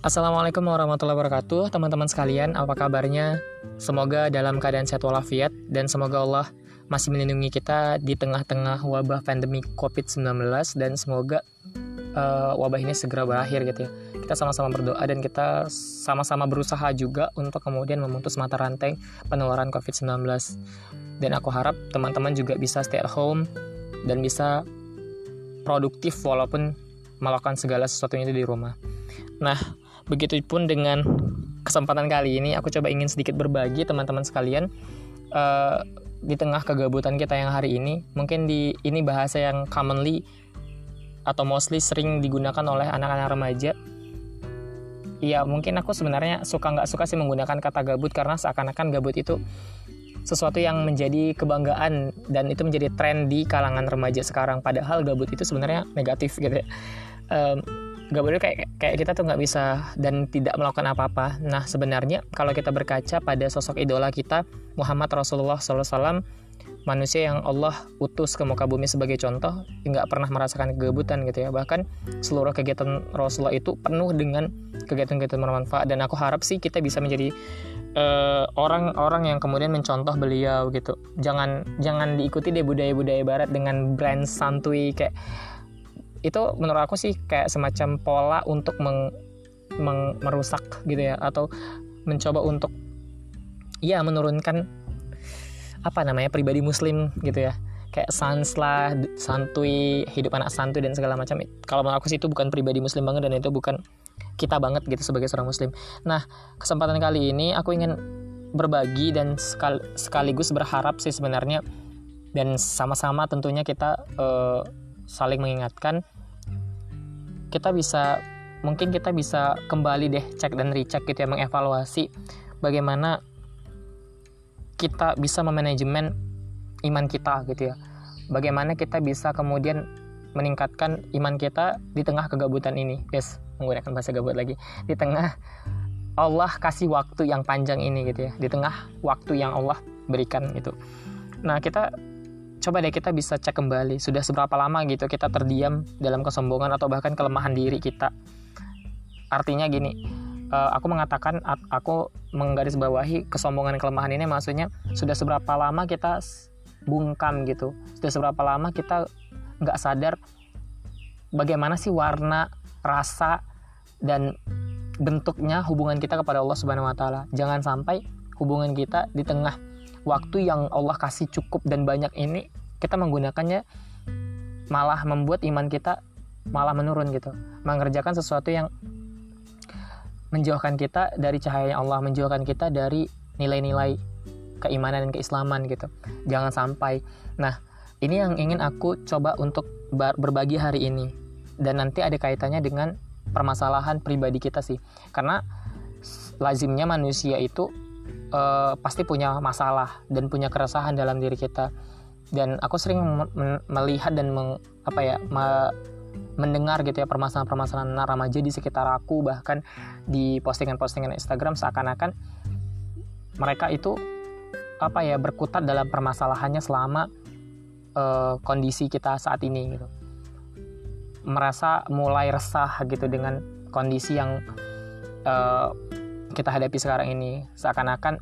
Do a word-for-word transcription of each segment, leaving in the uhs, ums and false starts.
Assalamualaikum warahmatullahi wabarakatuh, teman-teman sekalian, apa kabarnya? Semoga dalam keadaan sehat walafiat dan semoga Allah masih melindungi kita di tengah-tengah wabah pandemi covid sembilan belas dan semoga uh, wabah ini segera berakhir gitu ya. Kita sama-sama berdoa dan kita sama-sama berusaha juga untuk kemudian memutus mata rantai penularan covid sembilan belas. Dan aku harap teman-teman juga bisa stay at home dan bisa produktif walaupun melakukan segala sesuatunya itu di rumah. Nah, begitupun dengan kesempatan kali ini aku coba ingin sedikit berbagi teman-teman sekalian uh, di tengah kegabutan kita yang hari ini. Mungkin di ini bahasa yang commonly atau mostly sering digunakan oleh anak-anak remaja. Ya mungkin aku sebenarnya suka nggak suka sih menggunakan kata gabut karena seakan-akan gabut itu sesuatu yang menjadi kebanggaan dan itu menjadi tren di kalangan remaja sekarang. Padahal gabut itu sebenarnya negatif gitu ya. Um, Gabut itu kayak, kayak kita tuh nggak bisa dan tidak melakukan apa-apa. Nah sebenarnya kalau kita berkaca pada sosok idola kita Muhammad Rasulullah shallallahu alaihi wasallam, manusia yang Allah utus ke muka bumi sebagai contoh, nggak pernah merasakan kegabutan gitu ya. Bahkan seluruh kegiatan Rasulullah itu penuh dengan kegiatan-kegiatan bermanfaat. Dan aku harap sih kita bisa menjadi uh, orang-orang yang kemudian mencontoh beliau gitu. Jangan jangan diikuti deh budaya-budaya Barat dengan brand santuy kayak itu. Menurut aku sih kayak semacam pola untuk meng, meng, merusak gitu ya, atau mencoba untuk ya menurunkan apa namanya pribadi muslim gitu ya, kayak sans lah, santuy, hidup anak santuy dan segala macam. Kalau menurut aku sih itu bukan pribadi muslim banget dan itu bukan kita banget gitu sebagai seorang muslim. Nah kesempatan kali ini aku ingin berbagi dan sekal, sekaligus berharap sih sebenarnya, dan sama-sama tentunya kita uh, saling mengingatkan, kita bisa mungkin kita bisa kembali deh cek dan recheck gitu ya, mengevaluasi bagaimana kita bisa memanajemen iman kita gitu ya, bagaimana kita bisa kemudian meningkatkan iman kita di tengah kegabutan ini. Yes, menggunakan bahasa gabut lagi, di tengah Allah kasih waktu yang panjang ini gitu ya, di tengah waktu yang Allah berikan gitu. Nah kita coba deh kita bisa cek kembali, sudah seberapa lama gitu kita terdiam dalam kesombongan atau bahkan kelemahan diri kita. Artinya gini, uh, aku mengatakan, aku menggarisbawahi kesombongan kelemahan ini maksudnya sudah seberapa lama kita bungkam gitu, sudah seberapa lama kita nggak sadar bagaimana sih warna, rasa, dan bentuknya hubungan kita kepada Allah Subhanahu Wa Taala. Jangan sampai hubungan kita di tengah waktu yang Allah kasih cukup dan banyak ini kita menggunakannya malah membuat iman kita malah menurun gitu, mengerjakan sesuatu yang menjauhkan kita dari cahaya Allah, menjauhkan kita dari nilai-nilai keimanan dan keislaman gitu. Jangan sampai. Nah ini yang ingin aku coba untuk berbagi hari ini, dan nanti ada kaitannya dengan permasalahan pribadi kita sih, karena lazimnya manusia itu Uh, pasti punya masalah dan punya keresahan dalam diri kita. Dan aku sering m- melihat dan meng, apa ya me- mendengar gitu ya permasalahan-permasalahan anak remaja di sekitar aku, bahkan di postingan-postingan Instagram, seakan-akan mereka itu apa ya berkutat dalam permasalahannya selama uh, kondisi kita saat ini gitu. Merasa mulai resah gitu dengan kondisi yang uh, kita hadapi sekarang ini, seakan-akan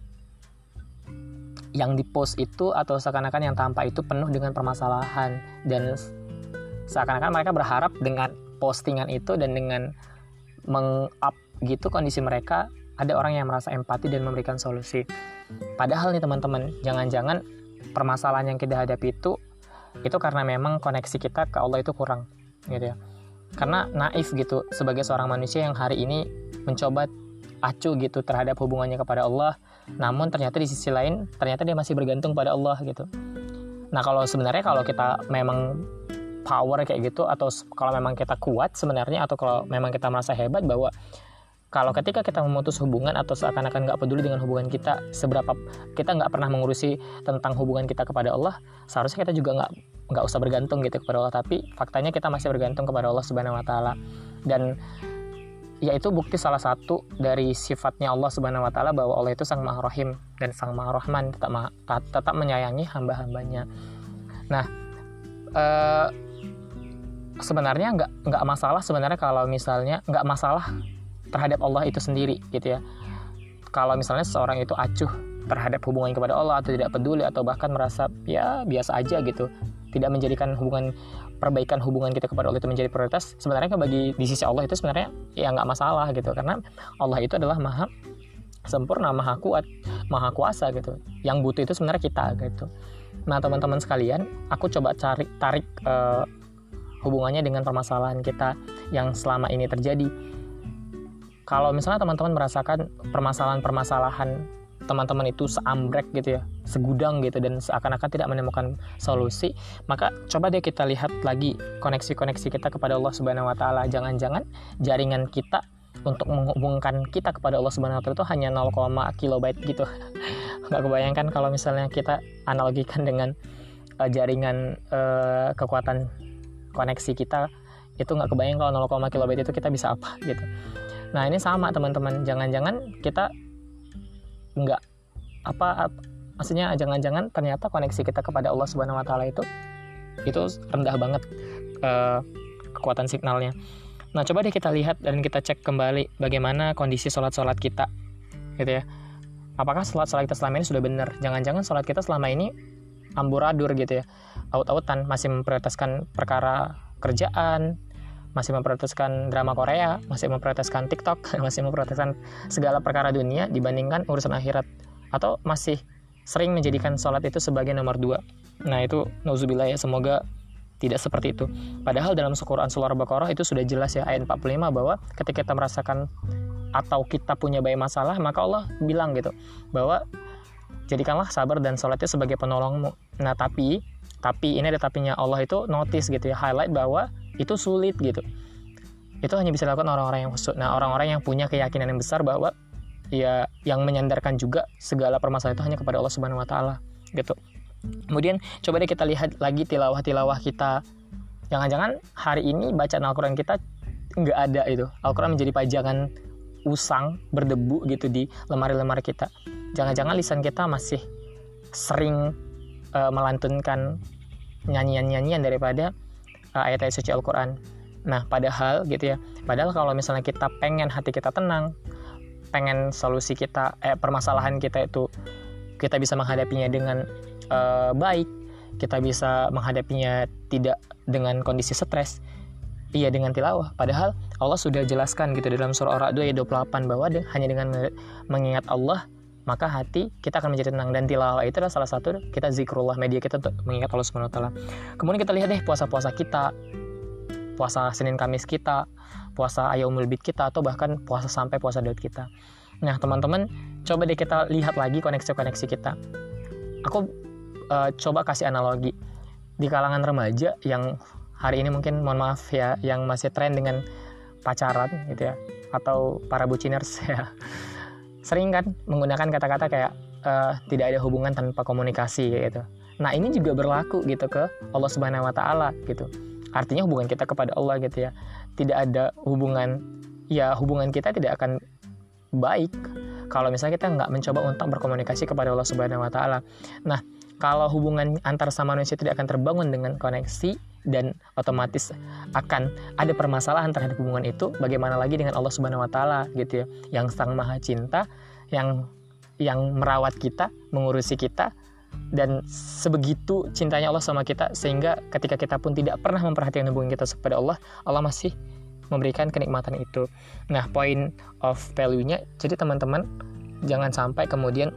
yang dipost itu atau seakan-akan yang tampak itu penuh dengan permasalahan, dan seakan-akan mereka berharap dengan postingan itu dan dengan meng-up gitu kondisi mereka ada orang yang merasa empati dan memberikan solusi. Padahal nih teman-teman, jangan-jangan permasalahan yang kita hadapi itu itu karena memang koneksi kita ke Allah itu kurang gitu ya, karena naif gitu sebagai seorang manusia yang hari ini mencoba acuh gitu terhadap hubungannya kepada Allah, namun ternyata di sisi lain ternyata dia masih bergantung pada Allah gitu. Nah kalau sebenarnya kalau kita memang power kayak gitu, atau kalau memang kita kuat sebenarnya, atau kalau memang kita merasa hebat bahwa kalau ketika kita memutus hubungan atau seakan-akan nggak peduli dengan hubungan kita, seberapa kita nggak pernah mengurusi tentang hubungan kita kepada Allah, seharusnya kita juga nggak nggak usah bergantung gitu kepada Allah. Tapi faktanya kita masih bergantung kepada Allah Subhanahu Wa Taala, dan yaitu bukti salah satu dari sifatnya Allah Subhanahu Wa Taala bahwa Allah itu Sang Maha Rahim dan Sang Maha Rahman, tetap, tetap menyayangi hamba-hambanya. Nah, eh, sebenarnya nggak nggak masalah sebenarnya kalau misalnya nggak masalah terhadap Allah itu sendiri gitu ya. Kalau misalnya seseorang itu acuh terhadap hubungan kepada Allah atau tidak peduli atau bahkan merasa ya biasa aja gitu, tidak menjadikan hubungan perbaikan hubungan kita kepada Allah itu menjadi prioritas, sebenarnya bagi di sisi Allah itu sebenarnya ya nggak masalah gitu, karena Allah itu adalah maha sempurna, maha kuat, maha kuasa gitu. Yang butuh itu sebenarnya kita gitu. Nah teman-teman sekalian, aku coba cari tarik uh, hubungannya dengan permasalahan kita yang selama ini terjadi. Kalau misalnya teman-teman merasakan permasalahan-permasalahan teman-teman itu seambrek gitu ya, segudang gitu, dan seakan-akan tidak menemukan solusi, maka coba deh kita lihat lagi koneksi-koneksi kita kepada Allah Subhanahu wa taala. Jangan-jangan jaringan kita untuk menghubungkan kita kepada Allah Subhanahu wa taala itu hanya nol koma kilobyte gitu. Nggak kebayangkan kalau misalnya kita analogikan dengan uh, jaringan uh, kekuatan koneksi kita, itu nggak kebayang kalau nol koma kilobyte itu kita bisa apa gitu. Nah ini sama teman-teman, jangan-jangan kita nggak apa, apa maksudnya jangan-jangan ternyata koneksi kita kepada Allah Subhanahu wa taala itu itu rendah banget uh, kekuatan signalnya. Nah coba deh kita lihat dan kita cek kembali bagaimana kondisi sholat-sholat kita gitu ya. Apakah sholat-sholat kita selama ini sudah benar? Jangan-jangan sholat kita selama ini amburadur gitu ya, aut-autan, masih memprioritaskan perkara kerjaan, masih memprioritaskan drama Korea, masih memprioritaskan TikTok, masih memprioritaskan segala perkara dunia dibandingkan urusan akhirat, atau masih sering menjadikan sholat itu sebagai nomor dua. Nah itu nauzubillah ya, semoga tidak seperti itu. Padahal dalam Quran surah Al-Baqarah itu sudah jelas ya, ayat empat puluh lima, bahwa ketika kita merasakan atau kita punya banyak masalah, maka Allah bilang gitu bahwa jadikanlah sabar dan sholatnya sebagai penolongmu. Nah tapi tapi ini ada tapinya, Allah itu notice gitu ya, highlight bahwa itu sulit gitu. Itu hanya bisa dilakukan orang-orang yang khusyuk. Nah orang-orang yang punya keyakinan yang besar bahwa ya yang menyandarkan juga segala permasalahan itu hanya kepada Allah Subhanahu wa taala gitu. Kemudian coba deh kita lihat lagi tilawah-tilawah kita. Jangan-jangan hari ini bacaan Al-Quran kita nggak ada itu. Al-Quran menjadi pajangan usang berdebu gitu di lemari-lemari kita. Jangan-jangan lisan kita masih sering uh, melantunkan nyanyian-nyanyian daripada uh, ayat-ayat suci Al-Quran. Nah padahal gitu ya, padahal kalau misalnya kita pengen hati kita tenang, pengen solusi kita, eh, permasalahan kita itu kita bisa menghadapinya dengan uh, baik, kita bisa menghadapinya tidak dengan kondisi stres, iya dengan tilawah. Padahal Allah sudah jelaskan gitu dalam surah Ar-Ra'd ayat dua puluh delapan bahwa de, hanya dengan mengingat Allah maka hati kita akan menjadi tenang, dan tilawah itu adalah salah satu kita zikrullah, media kita untuk mengingat Allah Subhanahu wa taala. Kemudian kita lihat deh puasa-puasa kita, puasa Senin Kamis kita, puasa Yaumul Bid kita, atau bahkan puasa sampai puasa Daud kita. Nah teman-teman, coba deh kita lihat lagi koneksi-koneksi kita. Aku uh, coba kasih analogi di kalangan remaja yang hari ini mungkin, mohon maaf ya, yang masih tren dengan pacaran gitu ya, atau para buciners ya, sering kan menggunakan kata-kata kayak uh, tidak ada hubungan tanpa komunikasi gitu. Nah ini juga berlaku gitu ke Allah Subhanahu wa taala gitu. Artinya hubungan kita kepada Allah gitu ya, tidak ada hubungan, ya hubungan kita tidak akan baik kalau misalnya kita nggak mencoba untuk berkomunikasi kepada Allah Subhanahu wa taala. Nah kalau hubungan antar sama manusia tidak akan terbangun dengan koneksi, dan otomatis akan ada permasalahan terhadap hubungan itu, bagaimana lagi dengan Allah Subhanahu wa taala gitu ya, yang sang maha cinta, yang yang merawat kita, mengurusi kita, dan sebegitu cintanya Allah sama kita, sehingga ketika kita pun tidak pernah memperhatikan hubungan kita kepada Allah, Allah masih memberikan kenikmatan itu. Nah point of value-nya, jadi teman-teman jangan sampai kemudian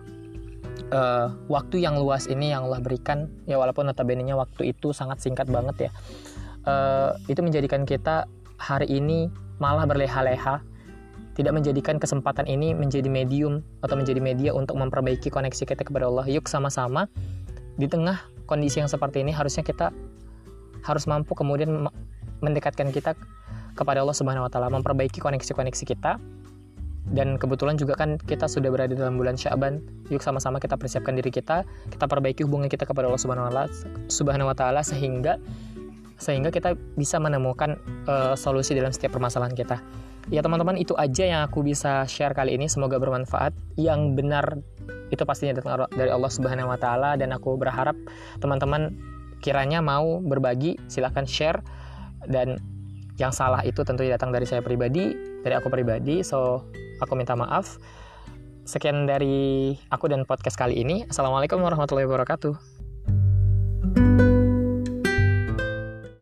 Uh, waktu yang luas ini yang Allah berikan, ya walaupun notabene-nya waktu itu sangat singkat banget ya, uh, itu menjadikan kita hari ini malah berleha-leha, tidak menjadikan kesempatan ini menjadi medium atau menjadi media untuk memperbaiki koneksi kita kepada Allah. Yuk sama-sama di tengah kondisi yang seperti ini, harusnya kita harus mampu kemudian mendekatkan kita kepada Allah Subhanahu wa taala, memperbaiki koneksi-koneksi kita. Dan kebetulan juga kan kita sudah berada dalam bulan Sya'ban. Yuk sama-sama kita persiapkan diri kita, kita perbaiki hubungan kita kepada Allah Subhanahu wa taala sehingga sehingga kita bisa menemukan uh, solusi dalam setiap permasalahan kita. Ya teman-teman, itu aja yang aku bisa share kali ini, semoga bermanfaat. Yang benar itu pastinya datang dari Allah Subhanahu wa taala, dan aku berharap teman-teman kiranya mau berbagi, silahkan share, dan yang salah itu tentunya datang dari saya pribadi, dari aku pribadi. So, aku minta maaf. Sekian dari aku dan podcast kali ini. Assalamualaikum warahmatullahi wabarakatuh.